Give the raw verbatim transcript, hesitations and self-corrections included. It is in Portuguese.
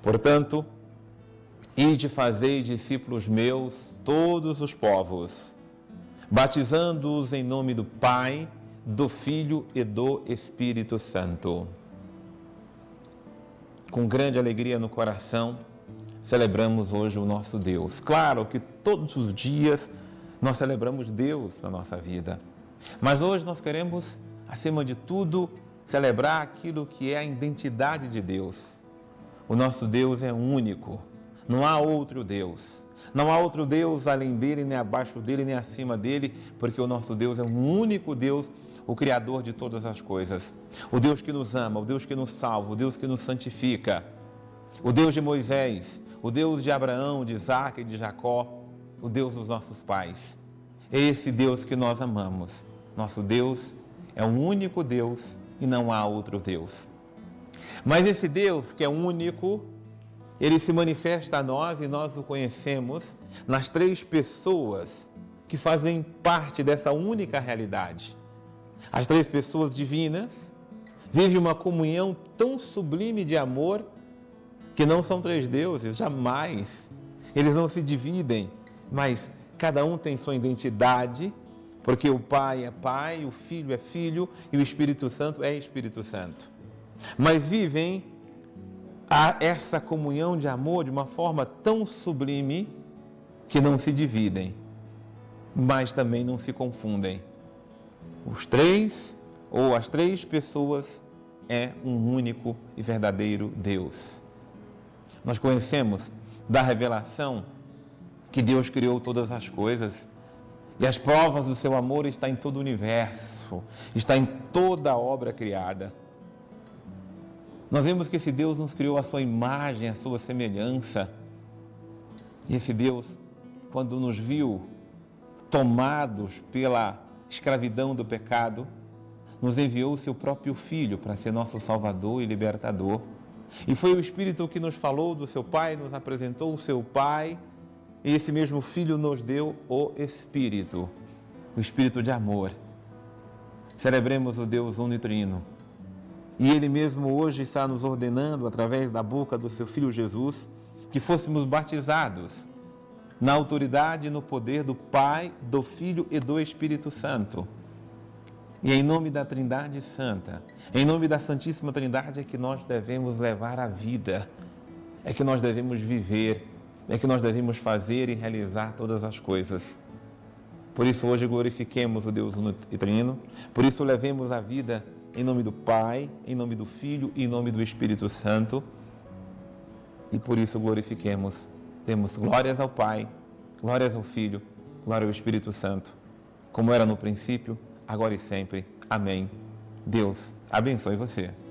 Portanto, ide fazei discípulos meus todos os povos, batizando-os em nome do Pai, do Filho e do Espírito Santo. Com grande alegria no coração, celebramos hoje o nosso Deus. Claro que todos os dias nós celebramos Deus na nossa vida, mas hoje nós queremos, acima de tudo, celebrar aquilo que é a identidade de Deus. O nosso Deus é único, não há outro Deus. Não há outro Deus além dele, nem abaixo dele, nem acima dele, porque o nosso Deus é um único Deus, o Criador de todas as coisas. O Deus que nos ama, o Deus que nos salva, o Deus que nos santifica. O Deus de Moisés, o Deus de Abraão, de Isaac e de Jacó, o Deus dos nossos pais. É esse Deus que nós amamos. Nosso Deus é um único Deus e não há outro Deus. Mas esse Deus que é único, ele se manifesta a nós e nós o conhecemos nas três pessoas que fazem parte dessa única realidade. As três pessoas divinas vivem uma comunhão tão sublime de amor que não são três deuses, jamais. Eles não se dividem, mas cada um tem sua identidade, porque o Pai é Pai, o Filho é Filho e o Espírito Santo é Espírito Santo. Mas vivem a essa comunhão de amor de uma forma tão sublime que não se dividem, mas também não se confundem. Os três, ou as três pessoas, é um único e verdadeiro Deus. Nós conhecemos da revelação que Deus criou todas as coisas e as provas do seu amor estão em todo o universo, está em toda a obra criada. Nós vemos que esse Deus nos criou a sua imagem, a sua semelhança. E esse Deus, quando nos viu tomados pela escravidão do pecado, nos enviou o seu próprio Filho para ser nosso Salvador e Libertador. E foi o Espírito que nos falou do seu Pai, nos apresentou o seu Pai, e esse mesmo Filho nos deu o Espírito, o Espírito de amor. Celebremos o Deus unitrino. E Ele mesmo hoje está nos ordenando, através da boca do seu Filho Jesus, que fôssemos batizados na autoridade e no poder do Pai, do Filho e do Espírito Santo. E em nome da Trindade Santa, em nome da Santíssima Trindade é que nós devemos levar a vida, é que nós devemos viver, é que nós devemos fazer e realizar todas as coisas. Por isso hoje glorifiquemos o Deus unitrino, por isso levemos a vida em nome do Pai, em nome do Filho e em nome do Espírito Santo. E por isso glorifiquemos. Demos glórias ao Pai, glórias ao Filho, glória ao Espírito Santo, como era no princípio, agora e sempre. Amém. Deus abençoe você.